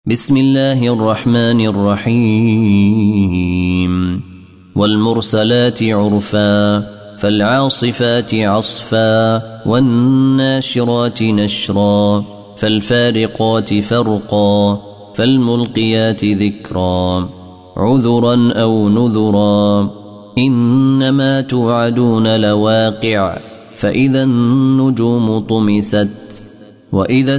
بسم الله الرحمن الرحيم والمرسلات عرفا فالعاصفات عصفا والناشرات نشرا فالفارقات فرقا فالملقيات ذكرا عذرا أو نذرا إنما توعدون لواقع فإذا النجوم طمست وإذا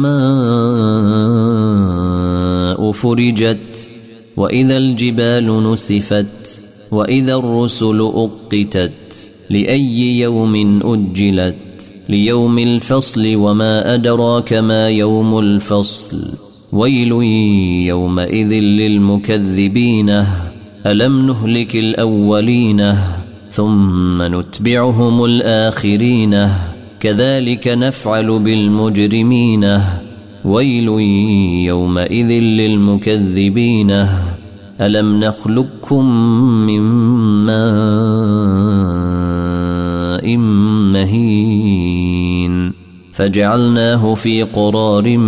السماء فرجت وإذا الجبال نسفت وإذا الرسل أقتت لأي يوم أجلت ليوم الفصل وما أدراك ما يوم الفصل ويل يومئذ للمكذبين ألم نهلك الأولين ثم نتبعهم الآخرين كذلك نفعل بالمجرمين ويل يومئذ للمكذبين ألم نخلقكم من ماء مهين فجعلناه في قرار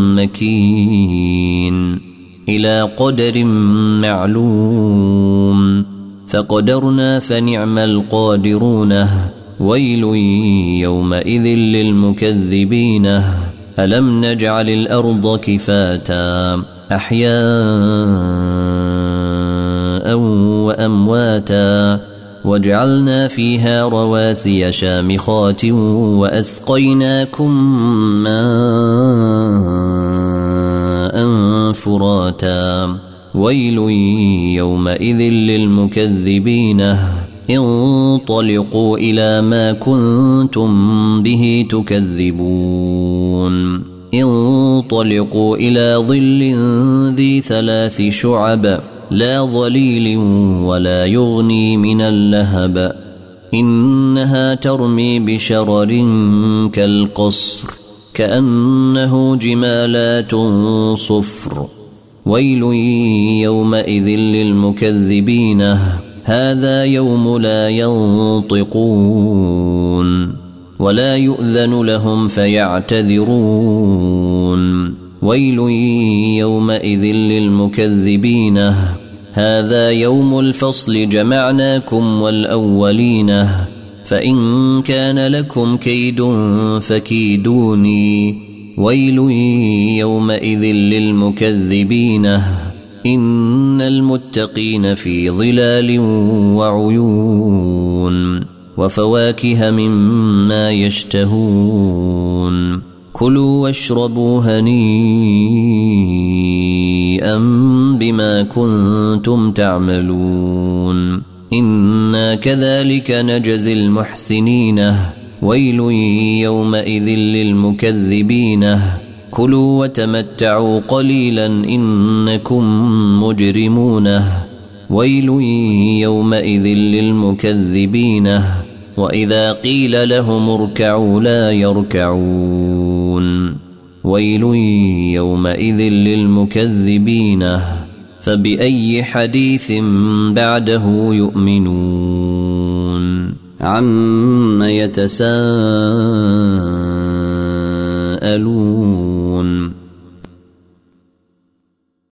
مكين إلى قدر معلوم فقدرنا فنعم القادرون ويل يومئذ للمكذبين ألم نجعل الأرض كفاتا أحياء وأمواتا وجعلنا فيها رواسي شامخات وأسقيناكم ماء فراتا ويل يومئذ للمكذبين انطلقوا إلى ما كنتم به تكذبون انطلقوا إلى ظل ذي 3 شعب لا ظليل ولا يغني من اللهب إنها ترمي بشرر كالقصر كأنه جمالات صفر ويل يومئذ للمكذبين هذا يوم لا ينطقون ولا يؤذن لهم فيعتذرون ويل يومئذ للمكذبين هذا يوم الفصل جمعناكم والأولين فإن كان لكم كيد فكيدوني ويل يومئذ للمكذبين إن المتقين في ظلال وعيون وفواكه مما يشتهون كلوا واشربوا هنيئا بما كنتم تعملون إنا كذلك نجزي المحسنين ويل يومئذ للمكذبين كلوا وتمتعوا قليلا إنكم مجرمون ويل يومئذ للمكذبين وإذا قيل لهم اركعوا لا يركعون ويل يومئذ للمكذبين فبأي حديث بعده يؤمنون عما يتساءلون